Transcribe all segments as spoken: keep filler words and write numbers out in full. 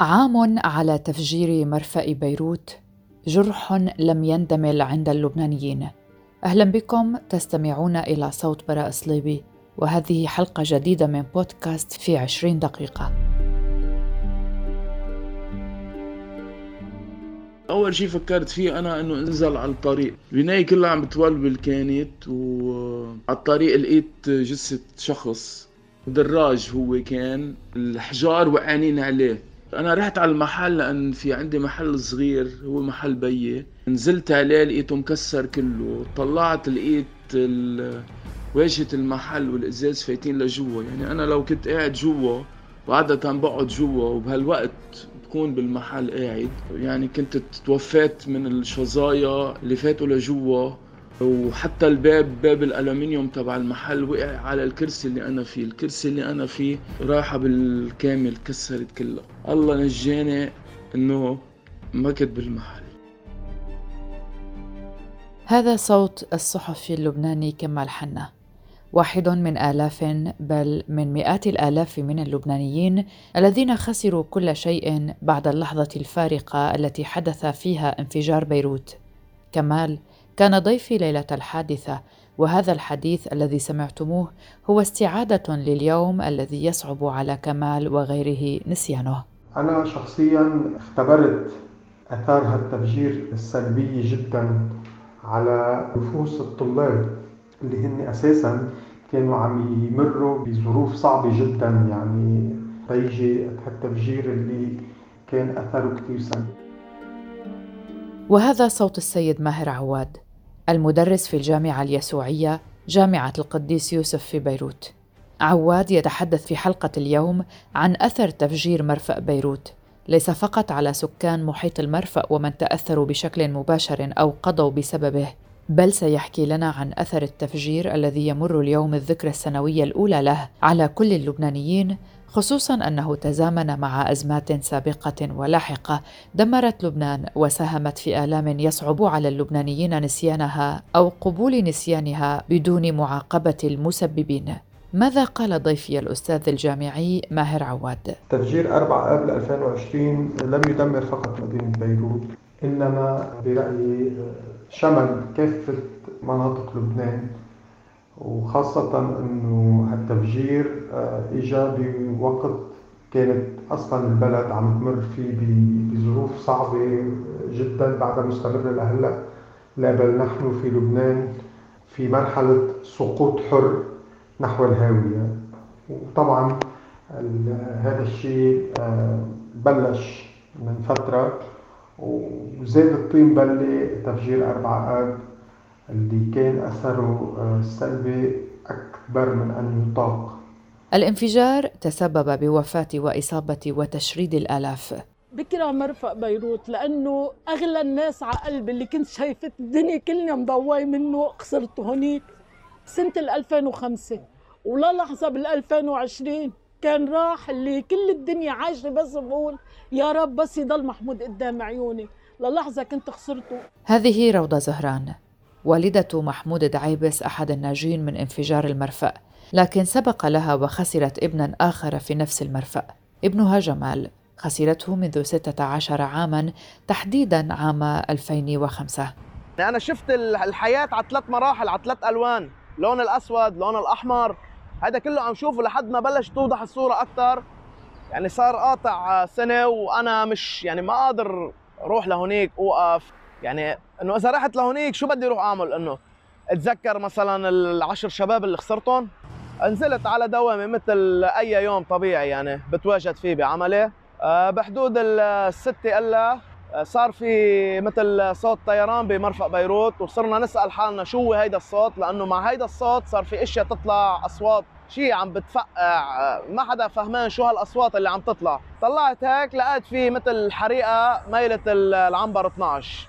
عام على تفجير مرفأ بيروت، جرح لم يندمل عند اللبنانيين. أهلا بكم، تستمعون إلى صوت براء صليبي، وهذه حلقة جديدة من بودكاست في عشرين دقيقة. أول شيء فكرت فيه أنا إنه انزل على الطريق، بناي كلها عم بتولول كانت، وعلى الطريق لقيت جثة شخص دراج، هو كان الحجار وقعانين عليه. أنا رحت على المحل لأن في عندي محل صغير هو محل بيي، نزلت عليه لقيته مكسر كله. طلعت لقيت واجهة المحل والإزاز فايتين لجوا. يعني أنا لو كنت قاعد جوا وعادة بقعد جوا وبهالوقت بكون بالمحل قاعد، يعني كنت توفيت من الشظايا اللي فاتوا لجوا. وحتى الباب باب الألومنيوم تبع المحل وقع على الكرسي اللي أنا فيه. الكرسي اللي أنا فيه راحة بالكامل، كسرت كلها. الله نجاني إنه ما كنت بالمحل. هذا صوت الصحفي اللبناني كمال حنا، واحد من آلاف بل من مئات الآلاف من اللبنانيين الذين خسروا كل شيء بعد اللحظة الفارقة التي حدث فيها انفجار بيروت. كمال كان ضيفي ليلة الحادثة، وهذا الحديث الذي سمعتموه هو استعادة لليوم الذي يصعب على كمال وغيره نسيانه. أنا شخصياً اختبرت آثار هالتفجير السلبية جداً على نفوس الطلاب اللي هن أساساً كانوا عم يمروا بظروف صعبة جداً، يعني تيجي هالتفجير اللي كان أثره كتير سلبي. وهذا صوت السيد ماهر عواد، المدرس في الجامعة اليسوعية جامعة القديس يوسف في بيروت. عواد يتحدث في حلقة اليوم عن أثر تفجير مرفأ بيروت، ليس فقط على سكان محيط المرفأ ومن تأثروا بشكل مباشر أو قضوا بسببه، بل سيحكي لنا عن أثر التفجير الذي يمر اليوم الذكرى السنوية الأولى له على كل اللبنانيين، خصوصاً أنه تزامن مع أزمات سابقة ولاحقة دمرت لبنان وساهمت في آلام يصعب على اللبنانيين نسيانها أو قبول نسيانها بدون معاقبة المسببين. ماذا قال ضيفي الأستاذ الجامعي ماهر عواد؟ تفجير أربعة آب ألفين وعشرين لم يدمر فقط مدينة بيروت، إنما برأيي شمل كافة مناطق لبنان، وخاصة أنه هالتفجير إجا بوقت كانت أصلا البلد عم تمر فيه بظروف صعبة جدا بعد مستمرة لهلأ. لا بل نحن في لبنان في مرحلة سقوط حر نحو الهاوية. وطبعا هذا الشيء بلش من فترة، وزاد الطين بلة تفجير أربعة آب اللي كان أثره السلبي أكبر من أن يطاق. الانفجار تسبب بوفاة وإصابة وتشريد الآلاف. بكره مرفأ بيروت لأنه أغلى الناس على قلبي، اللي كنت شايفة الدنيا كلنا مضوي منه خسرته هنيك سنة ألفين وخمسة، ولا لحظة بالألفين وعشرين كان راح اللي كل الدنيا عايشة بس بقول يا رب بس يضل محمود قدام عيوني. للحظة كنت خسرته. هذه روضة زهران، والدة محمود دعيبس، أحد الناجين من انفجار المرفأ، لكن سبق لها وخسرت ابناً آخر في نفس المرفأ. ابنها جمال خسرته منذ ستة عشر عاماً، تحديداً عام ألفين وخمسة. أنا شفت الحياة على ثلاث مراحل، على ثلاث ألوان، لون الأسود، لون الأحمر، هذا كله عم شوفه لحد ما بلش توضح الصورة أكتر. يعني صار قاطع سنة وأنا مش يعني ما قادر روح لهونيك اوقف. يعني انه اذا رحت لهونيك شو بدي اروح اعمل؟ انه اتذكر مثلا العشر شباب اللي خسرتهم. نزلت على دوامي مثل اي يوم طبيعي يعني بتواجد فيه بعملي. أه بحدود الستة الا صار في مثل صوت طيران بمرفأ بيروت، وصرنا نسأل حالنا شو هو هيدا الصوت، لانه مع هيدا الصوت صار في اشياء تطلع، اصوات شيء عم بتفقع، ما حدا فهمان شو هالاصوات اللي عم تطلع. طلعت هيك لقيت في مثل حريقه ميله العنبر اثنعش.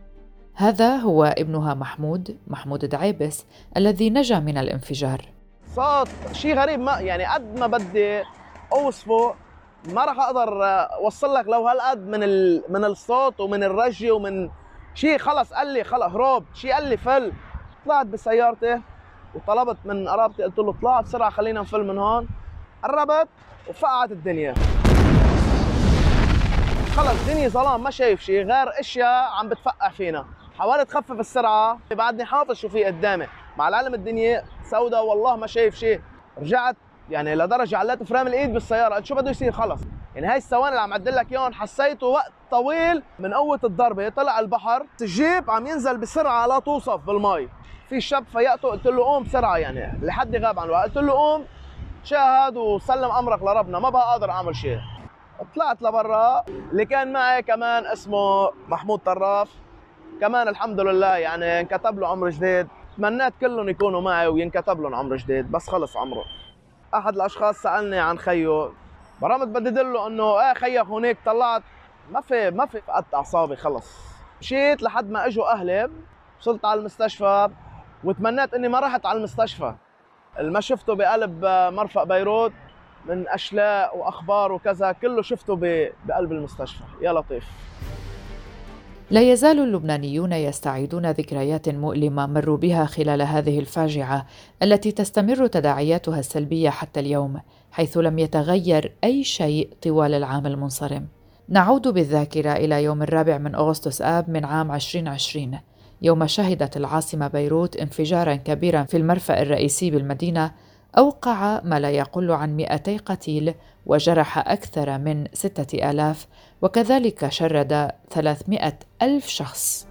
هذا هو ابنها محمود محمود دعيبس الذي نجا من الانفجار. صوت شيء غريب، ما يعني قد ما بدي اوصفه ما راح اقدر اوصل لك لو هالقد من من الصوت ومن الرجه ومن شيء. خلص قال لي خلص هروب، شيء قال لي فل. طلعت بسيارتي وطلبت من قرابتي، قلت له اطلع بسرعه خلينا نفل من هون. قربت وفقعت الدنيا. الدنيا ظلام، ما شايف شيء غير اشياء عم بتفقع فينا. حاولت اخفف السرعه، بعدني حافظ شو في قدامي، مع العلم الدنيا سوداء والله ما شايف شيء. رجعت يعني لدرجه علقت فرام الايد بالسياره، قلت شو بده يصير خلص. يعني هاي الثواني اللي عم عدل لك اياهم حسيته وقت طويل من قوه الضربه. طلع البحر، الجيب عم ينزل بسرعه لا توصف بالمي. في شاب فيقته، قلت له قوم بسرعه، يعني لحد غاب عن الوقت، قلت له قوم شاهد وسلم امرك لربنا، ما بقى قادر اعمل شيء. طلعت لبرا، اللي كان معي كمان اسمه محمود طراف، كمان الحمد لله يعني انكتب له عمر جديد. تمنيت كلهم يكونوا معي وينكتب لهم عمر جديد، بس خلص عمره. احد الاشخاص سالني عن خيه، برامت بدي له انه ايه خيك هونيك. طلعت ما في ما في فقدت اعصابي خلص. مشيت لحد ما اجوا اهلي، وصلت على المستشفى وتمنيت اني ما رحت على المستشفى. اللي ما شفته بقلب مرفأ بيروت من اشلاء واخبار وكذا كله شفته بقلب المستشفى. يا لطيف. لا يزال اللبنانيون يستعيدون ذكريات مؤلمة مروا بها خلال هذه الفاجعة التي تستمر تداعياتها السلبية حتى اليوم، حيث لم يتغير أي شيء طوال العام المنصرم. نعود بالذاكرة إلى يوم الرابع من أغسطس آب من عام عشرين عشرين، يوم شهدت العاصمة بيروت انفجاراً كبيراً في المرفأ الرئيسي بالمدينة، أوقع ما لا يقل عن مئتي قتيل وجرح أكثر من ستة آلاف، وكذلك شرد ثلاثمائة ألف شخص.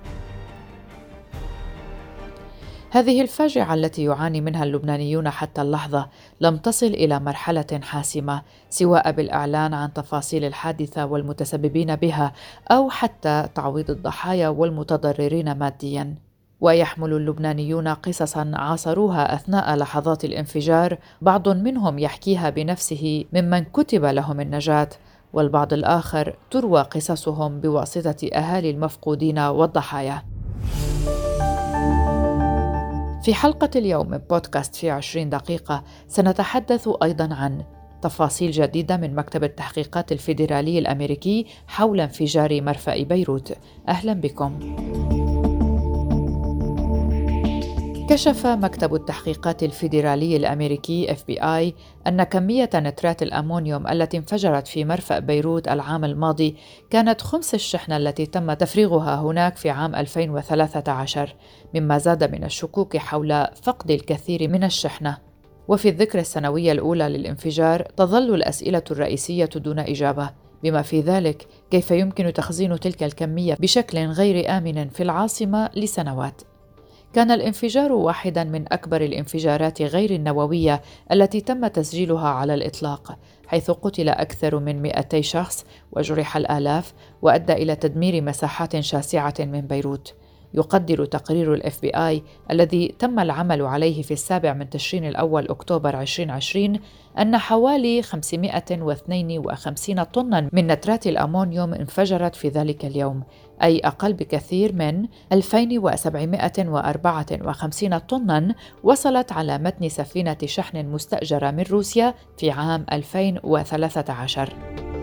هذه الفاجعة التي يعاني منها اللبنانيون حتى اللحظة لم تصل إلى مرحلة حاسمة، سواء بالإعلان عن تفاصيل الحادثة والمتسببين بها أو حتى تعويض الضحايا والمتضررين مادياً. ويحمل اللبنانيون قصصاً عاصروها أثناء لحظات الانفجار، بعض منهم يحكيها بنفسه ممن كتب لهم النجاة، والبعض الآخر تروى قصصهم بواسطة أهالي المفقودين والضحايا. في حلقة اليوم من بودكاست في عشرين دقيقة سنتحدث أيضاً عن تفاصيل جديدة من مكتب التحقيقات الفيدرالي الأمريكي حول انفجار مرفأ بيروت. أهلاً بكم. كشف مكتب التحقيقات الفيدرالي الأمريكي إف بي آي أن كمية نترات الأمونيوم التي انفجرت في مرفأ بيروت العام الماضي كانت خمس الشحنة التي تم تفريغها هناك في عام ألفين وثلاثة عشر، مما زاد من الشكوك حول فقد الكثير من الشحنة. وفي الذكرى السنوية الأولى للانفجار تظل الأسئلة الرئيسية دون إجابة، بما في ذلك كيف يمكن تخزين تلك الكمية بشكل غير آمن في العاصمة لسنوات. كان الانفجار واحداً من أكبر الانفجارات غير النووية التي تم تسجيلها على الإطلاق، حيث قتل أكثر من مئتي شخص وجرح الآلاف، وأدى إلى تدمير مساحات شاسعة من بيروت. يقدر تقرير الإف بي آي الذي تم العمل عليه في السابع من تشرين الأول أكتوبر عشرين عشرين أن حوالي خمسمائة واثنين وخمسين طناً من نترات الأمونيوم انفجرت في ذلك اليوم، أي أقل بكثير من ألفين وسبعمائة وأربعة وخمسين طناً وصلت على متن سفينة شحن مستأجرة من روسيا في عام ألفين وثلاثة عشر.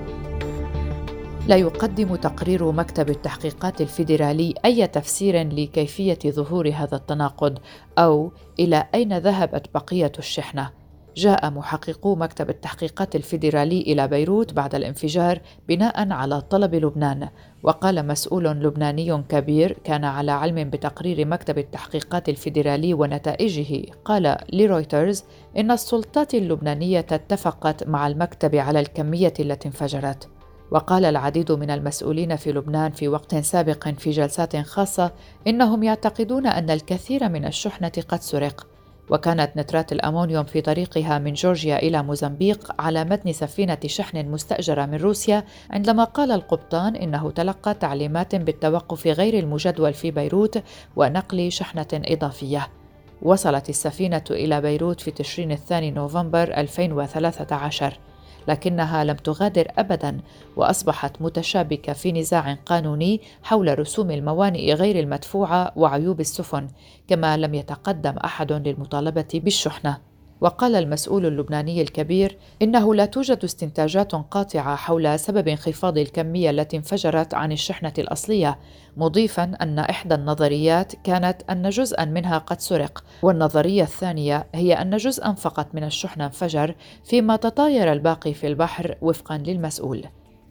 لا يقدم تقرير مكتب التحقيقات الفيدرالي أي تفسير لكيفية ظهور هذا التناقض أو إلى أين ذهبت بقية الشحنة. جاء محققو مكتب التحقيقات الفيدرالي إلى بيروت بعد الانفجار بناء على طلب لبنان، وقال مسؤول لبناني كبير كان على علم بتقرير مكتب التحقيقات الفيدرالي ونتائجه، قال لرويترز إن السلطات اللبنانية اتفقت مع المكتب على الكمية التي انفجرت. وقال العديد من المسؤولين في لبنان في وقت سابق في جلسات خاصة إنهم يعتقدون أن الكثير من الشحنة قد سرق. وكانت نترات الأمونيوم في طريقها من جورجيا إلى موزمبيق على متن سفينة شحن مستأجرة من روسيا، عندما قال القبطان إنه تلقى تعليمات بالتوقف غير المجدول في بيروت ونقل شحنة إضافية. وصلت السفينة إلى بيروت في تشرين الثاني نوفمبر ألفين وثلاثة عشر، لكنها لم تغادر أبداً، وأصبحت متشابكة في نزاع قانوني حول رسوم الموانئ غير المدفوعة وعيوب السفن، كما لم يتقدم أحد للمطالبة بالشحنة. وقال المسؤول اللبناني الكبير إنه لا توجد استنتاجات قاطعة حول سبب انخفاض الكمية التي انفجرت عن الشحنة الأصلية، مضيفاً أن إحدى النظريات كانت أن جزءاً منها قد سرق، والنظرية الثانية هي أن جزءاً فقط من الشحنة انفجر، فيما تطاير الباقي في البحر وفقاً للمسؤول.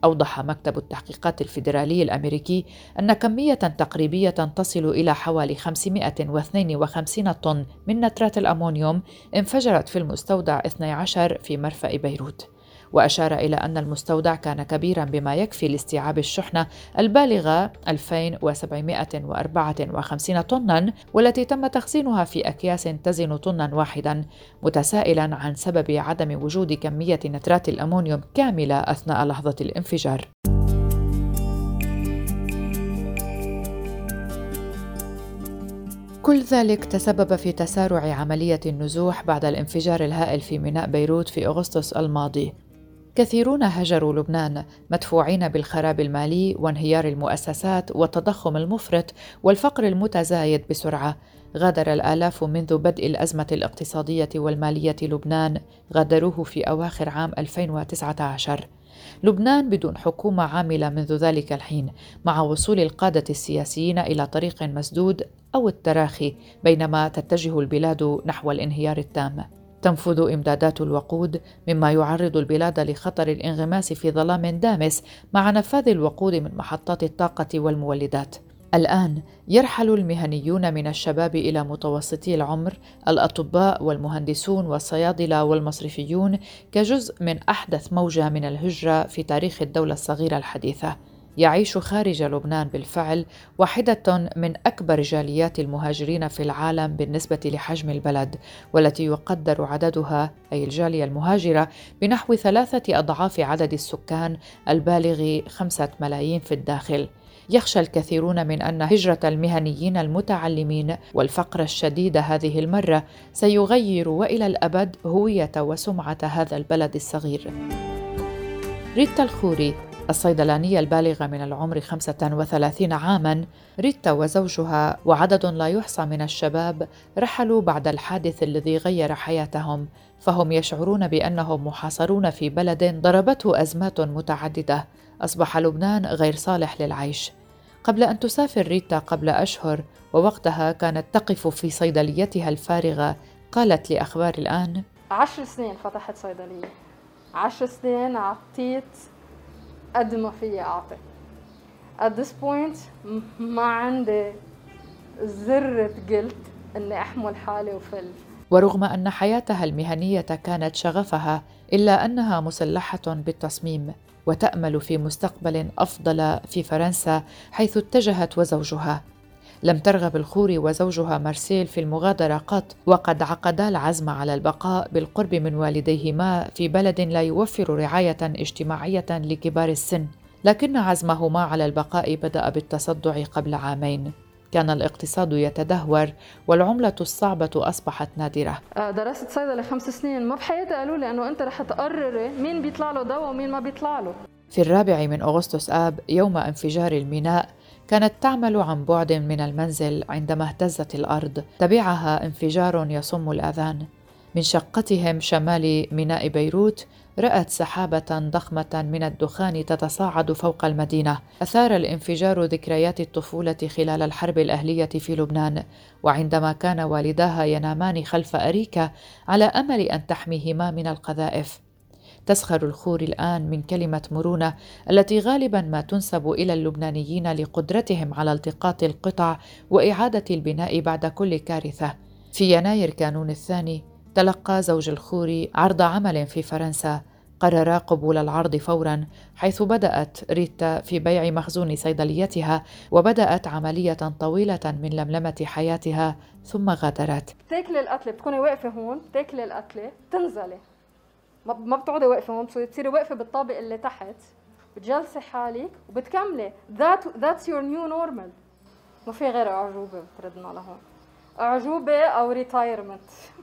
أوضح مكتب التحقيقات الفيدرالي الأمريكي أن كمية تقريبية تصل إلى حوالي خمسمائة واثنين وخمسين طن من نترات الأمونيوم انفجرت في المستودع اثني عشر في مرفأ بيروت. وأشار إلى أن المستودع كان كبيراً بما يكفي لاستيعاب الشحنة البالغة ألفين وسبعمائة وأربعة وخمسين طناً، والتي تم تخزينها في أكياس تزن طناً واحداً، متسائلاً عن سبب عدم وجود كمية نترات الأمونيوم كاملة أثناء لحظة الانفجار. كل ذلك تسبب في تسارع عملية النزوح بعد الانفجار الهائل في ميناء بيروت في أغسطس الماضي. كثيرون هجروا لبنان مدفوعين بالخراب المالي وانهيار المؤسسات والتضخم المفرط والفقر المتزايد بسرعة. غادر الآلاف منذ بدء الأزمة الاقتصادية والمالية لبنان، غادروه في أواخر عام ألفين وتسعة عشر. لبنان بدون حكومة عاملة منذ ذلك الحين، مع وصول القادة السياسيين إلى طريق مسدود أو التراخي، بينما تتجه البلاد نحو الانهيار التام. تنفذ إمدادات الوقود، مما يعرض البلاد لخطر الانغماس في ظلام دامس مع نفاذ الوقود من محطات الطاقة والمولدات. الآن يرحل المهنيون من الشباب إلى متوسطي العمر، الأطباء والمهندسون والصيادلة والمصرفيون، كجزء من أحدث موجة من الهجرة في تاريخ الدولة الصغيرة الحديثة. يعيش خارج لبنان بالفعل واحدة من أكبر جاليات المهاجرين في العالم بالنسبة لحجم البلد، والتي يقدر عددها أي الجالية المهاجرة بنحو ثلاثة أضعاف عدد السكان البالغ خمسة ملايين في الداخل. يخشى الكثيرون من أن هجرة المهنيين المتعلمين والفقر الشديد هذه المرة سيغير وإلى الأبد هوية وسمعة هذا البلد الصغير. ريتا الخوري الصيدلانية البالغة من العمر خمسة وثلاثين عاماً، ريتا وزوجها وعدد لا يحصى من الشباب رحلوا بعد الحادث الذي غير حياتهم، فهم يشعرون بأنهم محاصرون في بلد ضربته أزمات متعددة. أصبح لبنان غير صالح للعيش. قبل أن تسافر ريتا قبل أشهر، ووقتها كانت تقف في صيدليتها الفارغة، قالت لأخبار الآن: عشر سنين فتحت صيدلية، عشر سنين عطيت قد ما فيي أعطي. at this point ما عندي ذرة قلت أني أحمل حالي وفل. ورغم أن حياتها المهنية كانت شغفها، إلا أنها مسلحة بالتصميم وتأمل في مستقبل أفضل في فرنسا، حيث اتجهت وزوجها. لم ترغب الخوري وزوجها مارسيل في المغادرة قط، وقد عقدا العزم على البقاء بالقرب من والديهما في بلد لا يوفر رعاية اجتماعية لكبار السن، لكن عزمهما على البقاء بدأ بالتصدع قبل عامين. كان الاقتصاد يتدهور والعملة الصعبة أصبحت نادرة. درست صيدلة خمس سنين، ما بحياتي قالوا لي أنه أنت رح تقرري مين بيطلع له دواء ومين ما بيطلع له. في الرابع من أغسطس آب، يوم انفجار الميناء، كانت تعمل عن بعد من المنزل عندما اهتزت الأرض. تبعها انفجار يصم الآذان. من شقتهم شمال ميناء بيروت رأت سحابة ضخمة من الدخان تتصاعد فوق المدينة. أثار الانفجار ذكريات الطفولة خلال الحرب الأهلية في لبنان، وعندما كان والداها ينامان خلف أريكة على أمل أن تحميهما من القذائف. تسخر الخوري الآن من كلمة مرونة التي غالباً ما تنسب إلى اللبنانيين لقدرتهم على التقاط القطع وإعادة البناء بعد كل كارثة. في يناير كانون الثاني تلقى زوج الخوري عرض عمل في فرنسا. قرر قبول العرض فوراً، حيث بدأت ريتا في بيع مخزون صيدليتها، وبدأت عملية طويلة من لملمة حياتها، ثم غادرت. تاكلي القتلة، بتكوني واقفة هون، تاكلي القتلة، تنزلي، ما بتقعدي واقفة هون، بتصيري واقفة بالطابق اللي تحت، بتجلسي حالك وبتكملي. that that's your new normal. ما في غير أعجوبة بتردنا لهون، أعجوبة أو ريتايرمنت.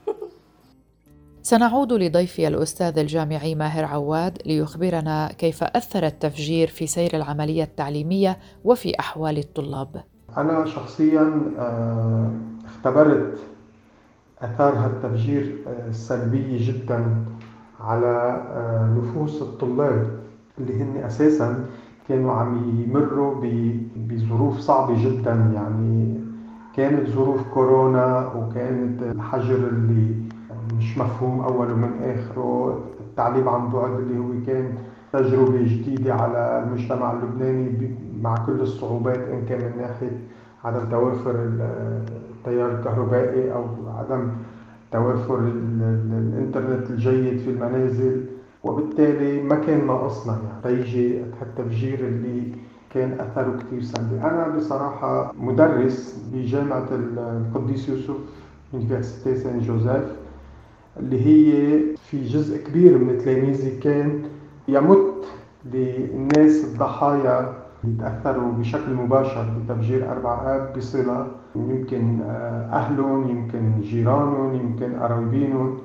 سنعود لضيفي الأستاذ الجامعي ماهر عواد ليخبرنا كيف أثر التفجير في سير العملية التعليمية وفي أحوال الطلاب. أنا شخصياً اختبرت أثار هالتفجير السلبية جداً على نفوس الطلاب اللي هن أساساً كانوا عم يمروا بظروف صعبة جداً. يعني كانت ظروف كورونا، وكانت الحجر اللي مش مفهوم أوله من آخره، التعليم عن بعد اللي هو كان تجربة جديدة على المجتمع اللبناني مع كل الصعوبات، إن كان من ناحية عدم توافر التيار الكهربائي أو عدم توافر الإنترنت الجيد في المنازل، وبالتالي ما كان ناقصنا يعني تيجي التفجير اللي كان أثره كتير سلبي. أنا بصراحة مدرس بجامعة القديس يوسف يونيفرسيتي سان جوزيف، اللي هي في جزء كبير من تلاميذي كان يمت للناس الضحايا اللي تأثروا بشكل مباشر بتفجير أربعة آب بصلة، يمكن أهلهم، يمكن جيرانهم، يمكن قرايبينهم.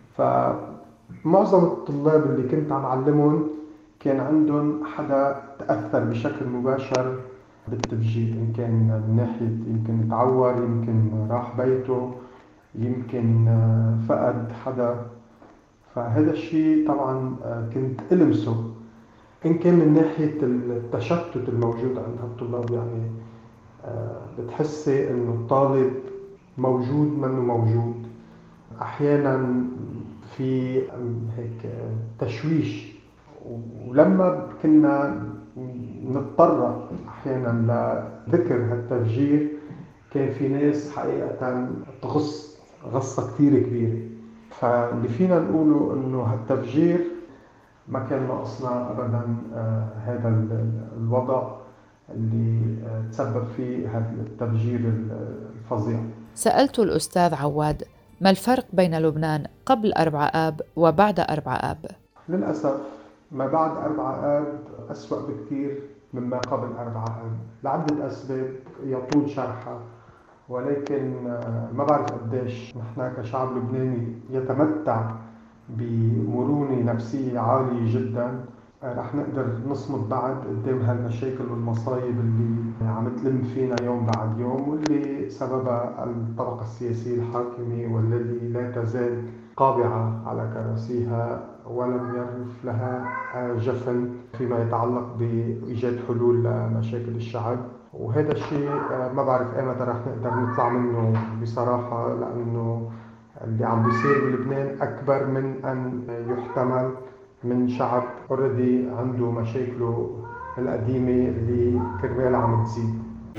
فمعظم الطلاب اللي كنت عم علمهم كان عندهم حدا تأثر بشكل مباشر بالتفجير، إن كان من ناحية يمكن تعور، يمكن راح بيته، يمكن فقد حدا. فهذا الشيء طبعا كنت ألمسه، إن كان من ناحية التشتت الموجود عند الطلاب، يعني بتحسي إنه الطالب موجود منه موجود، أحيانا في هيك تشويش. ولما كنا نضطر أحيانا لذكر هالتفجير كان في ناس حقيقة تغص غصة كتير كبيرة. فاللي فينا نقوله إنه هالتفجير ما كان ناقصنا أبدا هذا الوضع اللي تسبب فيه هذا التفجير الفظيع. سألت الأستاذ عواد ما الفرق بين لبنان قبل أربعة آب وبعد أربعة آب؟ للأسف ما بعد أربعة آب أسوأ بكثير مما قبل أربعة آب لعدة أسباب يطول شرحها، ولكن ما بعرف قديش نحن كشعب لبناني يتمتع بمرونة نفسية عالية جدا رح نقدر نصمد بعد قدام هالمشاكل والمصايب اللي عم تلم فينا يوم بعد يوم، واللي سببها الطبقة السياسية الحاكمة والذي لا تزال قابعة على كراسيها ولم يرف لها جفن فيما يتعلق بإيجاد حلول لمشاكل الشعب. وهذا الشيء ما بعرف ايمتى رح نقدر نطلع منه بصراحة، لأنه اللي عم بيصير بلبنان أكبر من أن يحتمل من شعب اوريدي عنده مشاكله القديمة اللي كرمالها عم تزيد.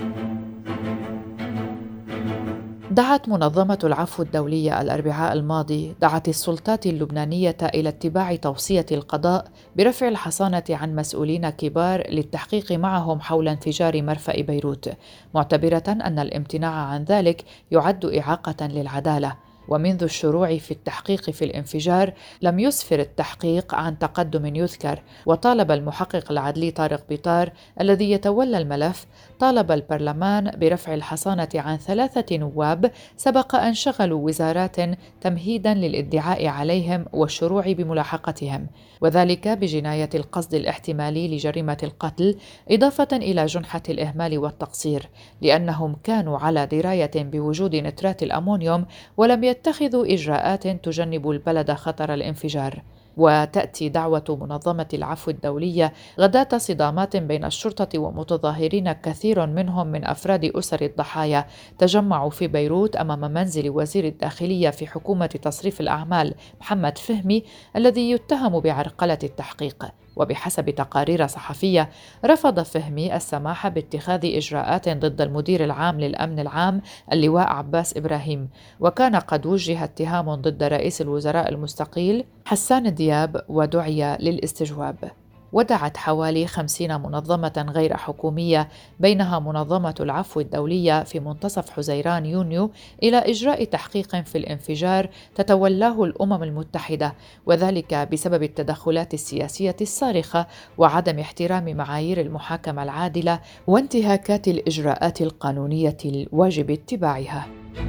دعت منظمة العفو الدولية الأربعاء الماضي دعت السلطات اللبنانية إلى اتباع توصية القضاء برفع الحصانة عن مسؤولين كبار للتحقيق معهم حول انفجار مرفأ بيروت، معتبرة أن الامتناع عن ذلك يعد إعاقة للعدالة. ومنذ الشروع في التحقيق في الانفجار لم يسفر التحقيق عن تقدم يذكر، وطالب المحقق العدلي طارق بيطار الذي يتولى الملف طالب البرلمان برفع الحصانة عن ثلاثة نواب سبق أن شغلوا وزارات تمهيداً للادعاء عليهم والشروع بملاحقتهم، وذلك بجناية القصد الاحتمالي لجريمة القتل، إضافة إلى جنحة الإهمال والتقصير، لأنهم كانوا على دراية بوجود نترات الأمونيوم ولم يتخذوا إجراءات تجنب البلد خطر الانفجار. وتأتي دعوة منظمة العفو الدولية غداة صدامات بين الشرطة ومتظاهرين كثير منهم من أفراد أسر الضحايا تجمعوا في بيروت أمام منزل وزير الداخلية في حكومة تصريف الأعمال محمد فهمي الذي يتهم بعرقلة التحقيق. وبحسب تقارير صحفية رفض فهمي السماح باتخاذ إجراءات ضد المدير العام للأمن العام اللواء عباس إبراهيم، وكان قد وجه اتهام ضد رئيس الوزراء المستقيل حسان دياب ودعي للاستجواب. ودعت حوالي خمسين منظمة غير حكومية بينها منظمة العفو الدولية في منتصف حزيران يونيو إلى إجراء تحقيق في الانفجار تتولاه الأمم المتحدة، وذلك بسبب التدخلات السياسية الصارخة وعدم احترام معايير المحاكمة العادلة وانتهاكات الإجراءات القانونية الواجب اتباعها.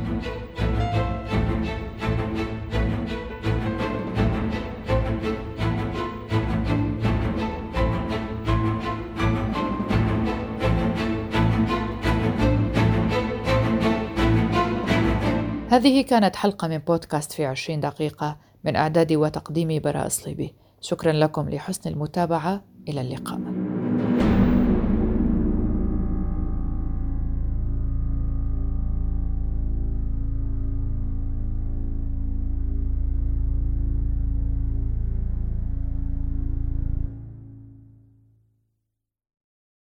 هذه كانت حلقة من بودكاست في عشرين دقيقة من إعداد وتقديم براء صليبي. شكرا لكم لحسن المتابعة، إلى اللقاء.